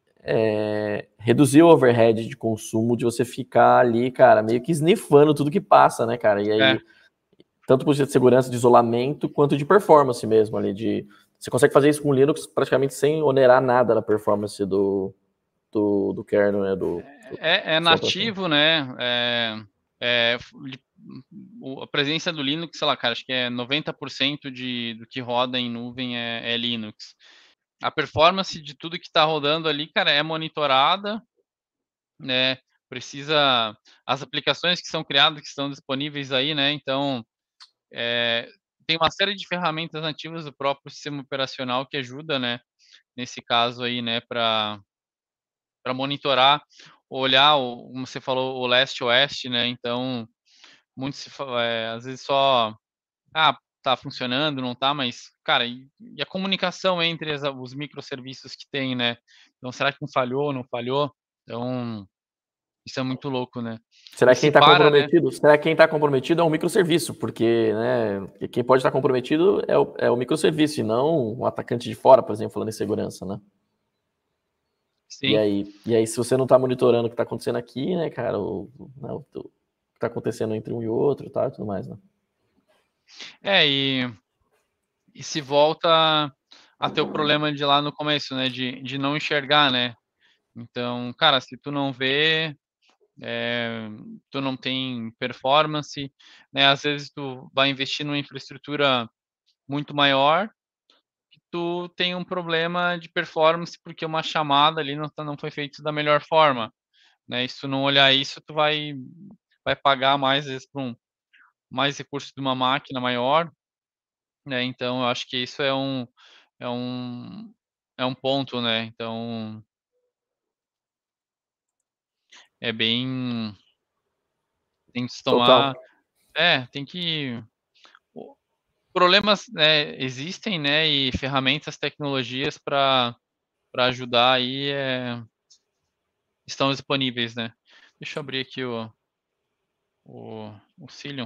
é, reduzir o overhead de consumo, de você ficar ali, cara, meio que snifando tudo que passa, né, cara? E aí, é. tanto por de segurança, de isolamento, quanto de performance mesmo ali, de... Você consegue fazer isso com o Linux praticamente sem onerar nada na performance do, do, do kernel, né? Do, do, é, é nativo, né? É, é, a presença do Linux, sei lá, cara, acho que é noventa por cento de, do que roda em nuvem é, é Linux. A performance de tudo que está rodando ali, cara, é monitorada, né? Precisa... As aplicações que são criadas, que estão disponíveis aí, né? Então, é, tem uma série de ferramentas nativas do próprio sistema operacional que ajuda, né? Nesse caso aí, né? Para para monitorar, olhar, o, como você falou, o leste-oeste, né? Então, muito se, é, às vezes só... Ah, tá funcionando, não tá, mas, cara, e, e a comunicação entre as, os microserviços que tem, né? Então, será que não falhou, não falhou? Então, isso é muito louco, né? Será e que quem está comprometido? Né? Será que quem está comprometido é um microserviço? Porque, né, quem pode estar comprometido é o, é o microserviço, e não um atacante de fora, por exemplo, falando em segurança, né? Sim. E aí, e aí, se você não está monitorando o que está acontecendo aqui, né, cara, o, né, o que está acontecendo entre um e outro, tá, e tudo mais, né? É, e, e se volta a ter o problema de lá no começo, né, de, de não enxergar, né? Então, cara, se tu não vê, é, tu não tem performance, né? Às vezes tu vai investir numa infraestrutura muito maior, que tu tem um problema de performance porque uma chamada ali não, não foi feita da melhor forma, né? E se tu não olhar isso, tu vai, vai pagar mais, às vezes, por um, mais recursos de uma máquina maior, né? Então, eu acho que isso é um, é um, é um ponto, né? Então, é bem... Tem que se tomar... Total. É, tem que... Problemas, né, existem, né, e ferramentas, tecnologias para para ajudar aí é, estão disponíveis, né? Deixa eu abrir aqui o o, o Cilium.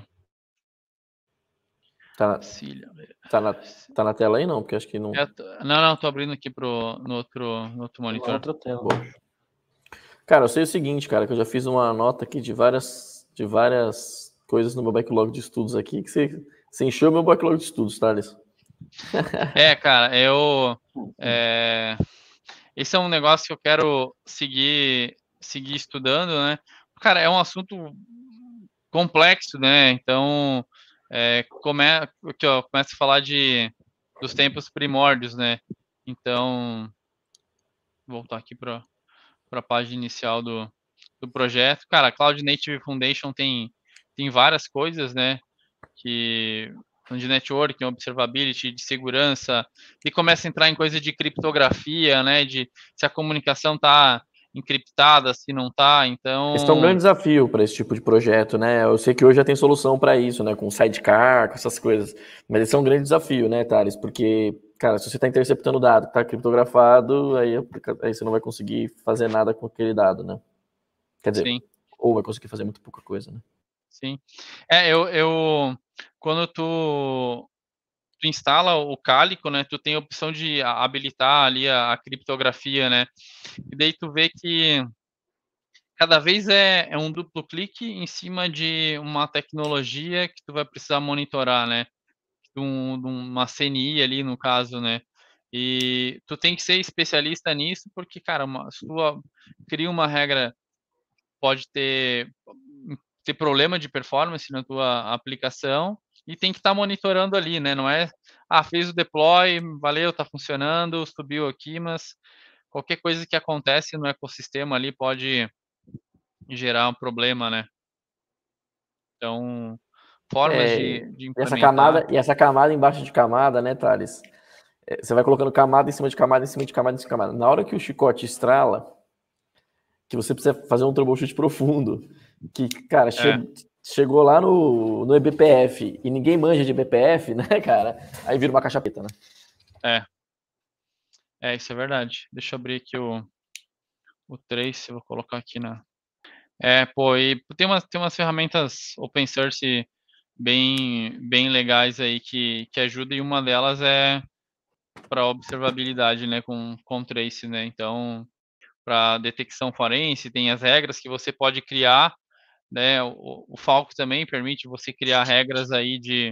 Tá, Cilium. tá, na, tá na tela aí não? Porque acho que não... É, não, não, tô abrindo aqui pro, no, outro, no outro monitor. Outra tela. Boa. Cara, eu sei o seguinte, cara, que eu já fiz uma nota aqui de várias, de várias coisas no meu backlog de estudos aqui, que você, você encheu meu backlog de estudos, Thales. É, cara, eu... É, esse é um negócio que eu quero seguir, seguir estudando, né? Cara, é um assunto complexo, né? Então, é, come, aqui, ó, começa a falar de, dos tempos primórdios, né? Então, vou voltar aqui para a página inicial do, do projeto. Cara, a Cloud Native Foundation tem, tem várias coisas, né? Que de networking, observability, de segurança, e começa a entrar em coisa de criptografia, né? De se a comunicação está encriptada, se não está, então... Esse é um grande desafio para esse tipo de projeto, né? Eu sei que hoje já tem solução para isso, né? Com sidecar, com essas coisas. Mas esse é um grande desafio, né, Thales? Porque, cara, se você está interceptando dado que está criptografado, aí, aí você não vai conseguir fazer nada com aquele dado, né? Quer dizer, Sim. ou vai conseguir fazer muito pouca coisa, né? Sim. É, eu, eu quando tu tu instala o Calico, né, tu tem a opção de habilitar ali a, a criptografia, né, e daí tu vê que cada vez é, é um duplo clique em cima de uma tecnologia que tu vai precisar monitorar, né, de, um, de uma C N I ali no caso, né, e tu tem que ser especialista nisso porque, cara, uma, se tu cria uma regra, pode ter, ter problema de performance na tua aplicação e tem que estar tá monitorando ali, né, não é, ah, fez o deploy, valeu, tá funcionando, subiu aqui, mas qualquer coisa que acontece no ecossistema ali pode gerar um problema, né? Então, formas É, de, de essa implementar. camada, e essa camada embaixo de camada, né, Thales? É, você vai colocando camada em cima de camada, em cima de camada, em cima de camada. Na hora que o chicote estrala, que você precisa fazer um troubleshoot profundo, que, cara, che É. chegou lá no, no E B P F e ninguém manja de E B P F, né, cara? Aí vira uma caixa preta, né? É. É, isso é verdade. Deixa eu abrir aqui o, o Trace, vou colocar aqui na... É, pô, e tem umas, tem umas ferramentas open source bem, bem legais aí que, que ajudam, e uma delas é para observabilidade, né, com, com Trace, né, então, para detecção forense, tem as regras que você pode criar, né, o, o Falco também permite você criar regras aí de,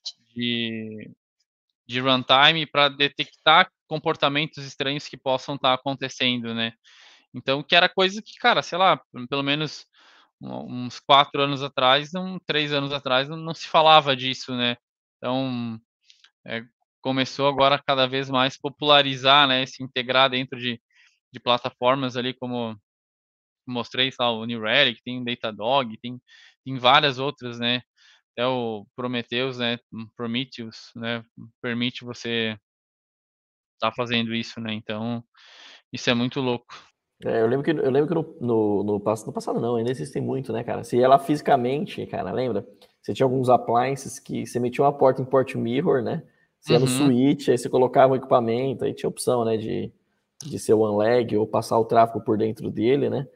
de, de runtime para detectar comportamentos estranhos que possam estar acontecendo, né, então, que era coisa que, cara, sei lá, pelo menos uns quatro anos atrás, um, três anos atrás, não, não se falava disso, né? Então, é, começou agora cada vez mais popularizar, né? Se integrar dentro de, de plataformas ali, como mostrei, lá, o New Relic, tem Datadog, tem, tem várias outras, né? Até o Prometheus, né? Prometheus, né? Permite você estar tá fazendo isso, né? Então, isso é muito louco. É, eu lembro que, eu lembro que no, no, no, no passado não, ainda existem muito, né, cara? Você ia lá fisicamente, cara, lembra? Você tinha alguns appliances que você metia uma porta em port mirror, né? Você ia no Uhum. switch, aí você colocava o equipamento, aí tinha opção, né, de, de ser one leg ou passar o tráfego por dentro dele, né?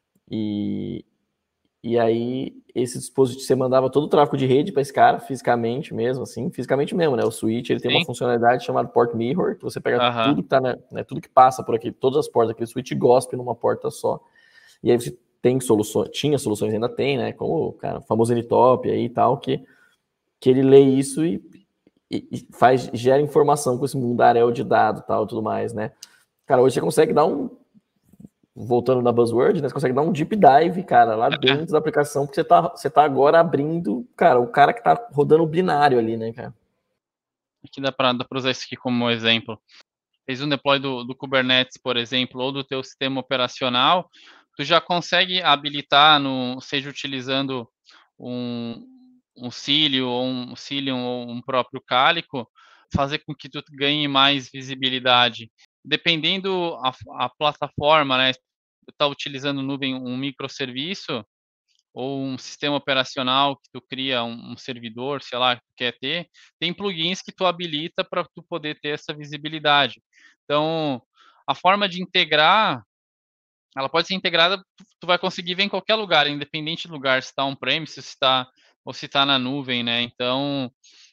E, e aí, esse dispositivo, você mandava todo o tráfego de rede para esse cara, fisicamente mesmo, assim, fisicamente mesmo, né? O switch, ele tem Sim. uma funcionalidade chamada Port Mirror, que você pega Uhum. tudo que tá, né, né, tudo que passa por aqui, todas as portas daquele switch, gospe numa porta só. E aí você tem soluções, tinha soluções, ainda tem, né? Como, cara, o famoso N-Top aí e tal, que, que ele lê isso e, e, e faz, gera informação com esse mundaréu de dados e tal, tudo mais, né? Cara, hoje você consegue dar um, voltando na buzzword, né? Você consegue dar um deep dive, cara, lá dentro da aplicação, porque você tá, você tá agora abrindo, cara, o cara que tá rodando o binário ali, né, cara? Aqui dá para dá para usar isso aqui como exemplo. Fez um deploy do, do Kubernetes, por exemplo, ou do teu sistema operacional, tu já consegue habilitar, no, seja utilizando um, um Cilium ou um Cilium ou um próprio Calico, fazer com que tu ganhe mais visibilidade. Dependendo a, a plataforma, né? Tu está utilizando nuvem, um microserviço, ou um sistema operacional que tu cria um, um servidor, sei lá, que tu quer ter, tem plugins que tu habilita para tu poder ter essa visibilidade. Então, a forma de integrar, ela pode ser integrada, tu, tu vai conseguir ver em qualquer lugar, independente do lugar, se está on-premise, se está ou se está na nuvem, né? Então,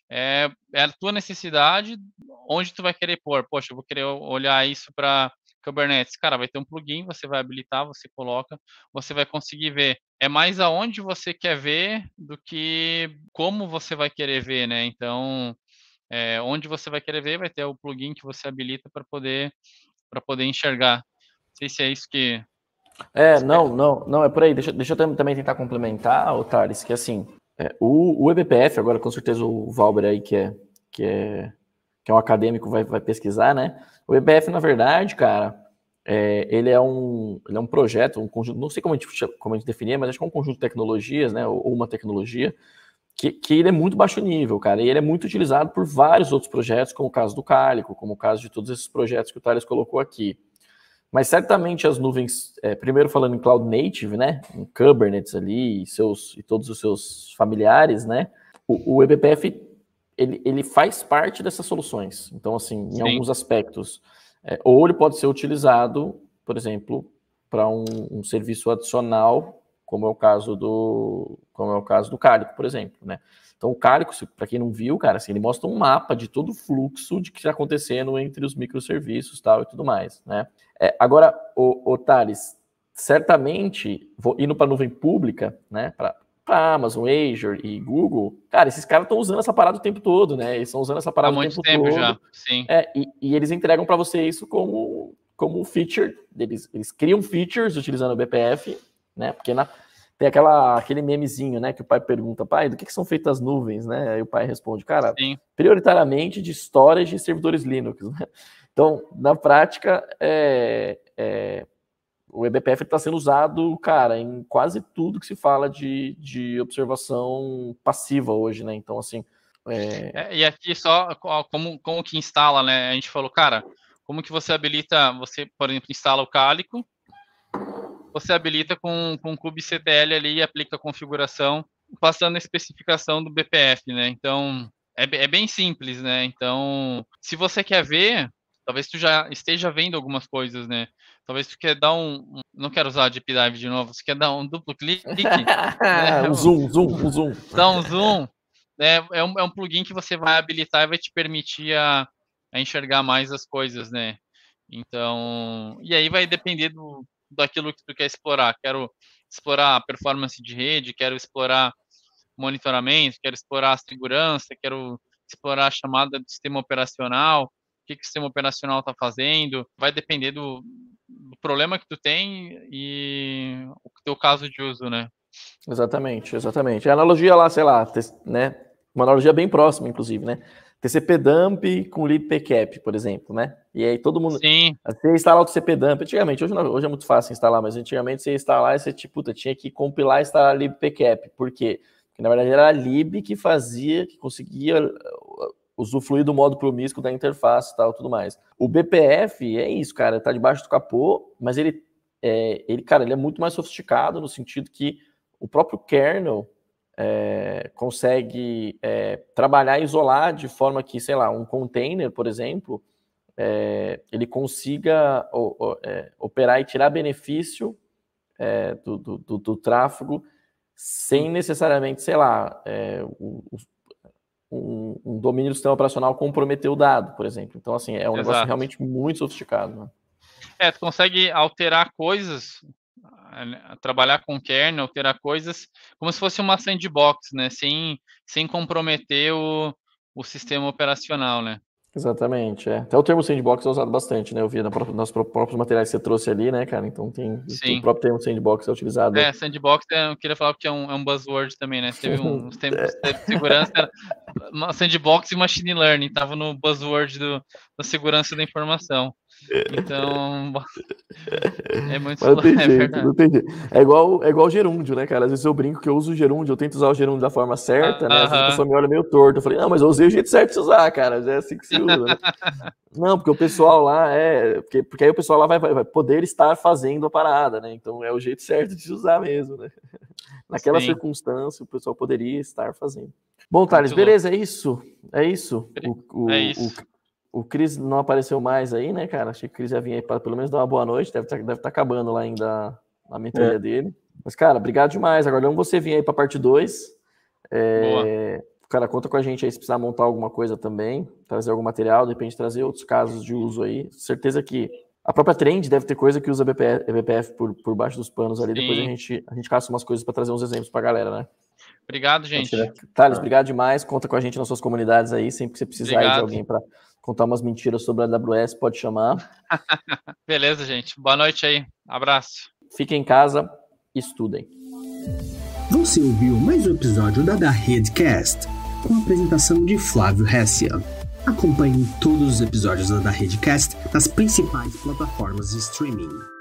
é, é a tua necessidade, onde tu vai querer pôr. Poxa, eu vou querer olhar isso para Kubernetes. Cara, vai ter um plugin, você vai habilitar, você coloca, você vai conseguir ver. É mais aonde você quer ver do que como você vai querer ver, né? Então, é, onde você vai querer ver, vai ter o plugin que você habilita para poder para poder enxergar. Não sei se é isso que... É, não, não, não, é por aí. Deixa, deixa eu também tentar complementar, Otares, que assim, é, o, o E B P F, agora com certeza o Valber aí, que é, que é, que é um acadêmico, vai, vai pesquisar, né? O E B P F, na verdade, cara, é, ele, é um, ele é um projeto, um conjunto, não sei como a gente, como a gente definir, mas acho que é um conjunto de tecnologias, né? Ou, ou uma tecnologia, que, que ele é muito baixo nível, cara, e ele é muito utilizado por vários outros projetos, como o caso do Calico, como o caso de todos esses projetos que o Thales colocou aqui. Mas certamente as nuvens, é, primeiro falando em Cloud Native, né, em Kubernetes ali, e, seus, e todos os seus familiares, né, o, o E B P F, ele, ele faz parte dessas soluções. Então, assim, em Sim. alguns aspectos. É, ou ele pode ser utilizado, por exemplo, para um, um serviço adicional como é o caso do, como é o caso do Calico, por exemplo, né? Então, o Calico, para quem não viu, cara, assim, ele mostra um mapa de todo o fluxo de que está acontecendo entre os microserviços tal, e tudo mais, né? É, agora, o, o Thales, certamente, vou, indo para a nuvem pública, né, para Amazon, Azure e Google, cara, esses caras estão usando essa parada o tempo todo, né? Eles estão usando essa parada Há o muito tempo, tempo todo. já, sim. É, e, e eles entregam para você isso como, como feature, eles, eles criam features utilizando o B P F, né? Porque na... Tem aquela, aquele memezinho, né, que o pai pergunta, pai, do que, que são feitas as nuvens, né? Aí o pai responde, cara, Sim. prioritariamente de storage e servidores Linux, né? Então, na prática, é, é, o E B P F está sendo usado, cara, em quase tudo que se fala de, de observação passiva hoje, né? Então, assim... É... É, e aqui só como, como que instala, né? A gente falou, cara, como que você habilita, você, por exemplo, instala o Calico, você habilita com, com o kubectl ali e aplica a configuração, passando a especificação do B P F, né? Então, é, é bem simples, né? Então, se você quer ver, talvez tu já esteja vendo algumas coisas, né? Talvez tu quer dar um... um não quero usar Deep Dive de novo, você quer dar um duplo clique, né? um zoom, zoom, um zoom. Dá um zoom. É, é, um, é um plugin que você vai habilitar e vai te permitir a, a enxergar mais as coisas, né? Então, e aí vai depender do daquilo que tu quer explorar. Quero explorar a performance de rede, quero explorar monitoramento, quero explorar a segurança, quero explorar a chamada do sistema operacional, o que, que o sistema operacional está fazendo. Vai depender do, do problema que tu tem e o teu caso de uso, né? Exatamente, exatamente. A analogia lá, sei lá, né? Uma analogia bem próxima, inclusive, né? T C P dump com libpcap, por exemplo, né? E aí todo mundo... Sim. Você instalar o T C P dump, antigamente, hoje, não, hoje é muito fácil instalar, mas antigamente você ia instalar e você, tipo, puta, tinha que compilar e instalar libpcap. Por quê? Porque, na verdade, era a lib que fazia, que conseguia usufruir do modo promíscuo da interface e tal, tudo mais. O B P F é isso, cara, tá debaixo do capô, mas ele, é, ele, cara, ele é muito mais sofisticado no sentido que o próprio kernel É, consegue é, trabalhar e isolar de forma que, sei lá, um container, por exemplo, é, ele consiga o, o, é, operar e tirar benefício é, do, do, do, do tráfego sem necessariamente, sei lá, é, um, um, um domínio do sistema operacional comprometer o dado, por exemplo. Então, assim, é um Exato. negócio realmente muito sofisticado, né? É, tu consegue alterar coisas... trabalhar com kernel, alterar coisas como se fosse uma sandbox, né? Sem, sem comprometer o, o sistema operacional, né? Exatamente, é. Até o termo sandbox é usado bastante, né? Eu vi na própria, nos próprios materiais que você trouxe ali, né, cara? Então tem Sim. o próprio termo sandbox é utilizado. É, sandbox, eu queria falar porque é um, é um buzzword também, né? Teve um, uns tempos de segurança, uma sandbox e machine learning, tava no buzzword do, da segurança da informação. Então, é muito não tem, é jeito, não tem jeito. É igual, é igual gerúndio, né, cara? Às vezes eu brinco que eu uso o gerúndio, eu tento usar o gerúndio da forma certa, ah, né? Às vezes a pessoa me olha meio torto. Eu falei, não, mas eu usei o jeito certo de usar, cara. Já é assim que se usa, né? Não, porque o pessoal lá é. Porque, porque aí o pessoal lá vai, vai, vai poder estar fazendo a parada, né? Então é o jeito certo de usar mesmo, né? Naquela Sim. circunstância, o pessoal poderia estar fazendo. Bom, Thales, beleza, é isso. É isso. O, o, é isso. O, O Cris não apareceu mais aí, né, cara? Achei que o Cris ia vir aí para pelo menos dar uma boa noite. Deve estar deve tá acabando lá ainda a mentoria é. dele. Mas, cara, obrigado demais. Aguardamos você vir aí para a parte dois. É... Cara, conta com a gente aí se precisar montar alguma coisa também, trazer algum material, de repente trazer outros casos de uso aí. Certeza que a própria Trend deve ter coisa que usa B P F por, por baixo dos panos ali. Sim. Depois a gente, a gente caça umas coisas para trazer uns exemplos para a galera, né? Obrigado, gente. Thales, obrigado demais. Conta com a gente nas suas comunidades aí. Sempre que você precisar aí de alguém para contar umas mentiras sobre a A W S, pode chamar. Beleza, gente. Boa noite aí. Abraço. Fiquem em casa e estudem. Você ouviu mais um episódio da Da Redcast, com a apresentação de Flávio Hessia. Acompanhe todos os episódios da Da Redcast nas principais plataformas de streaming.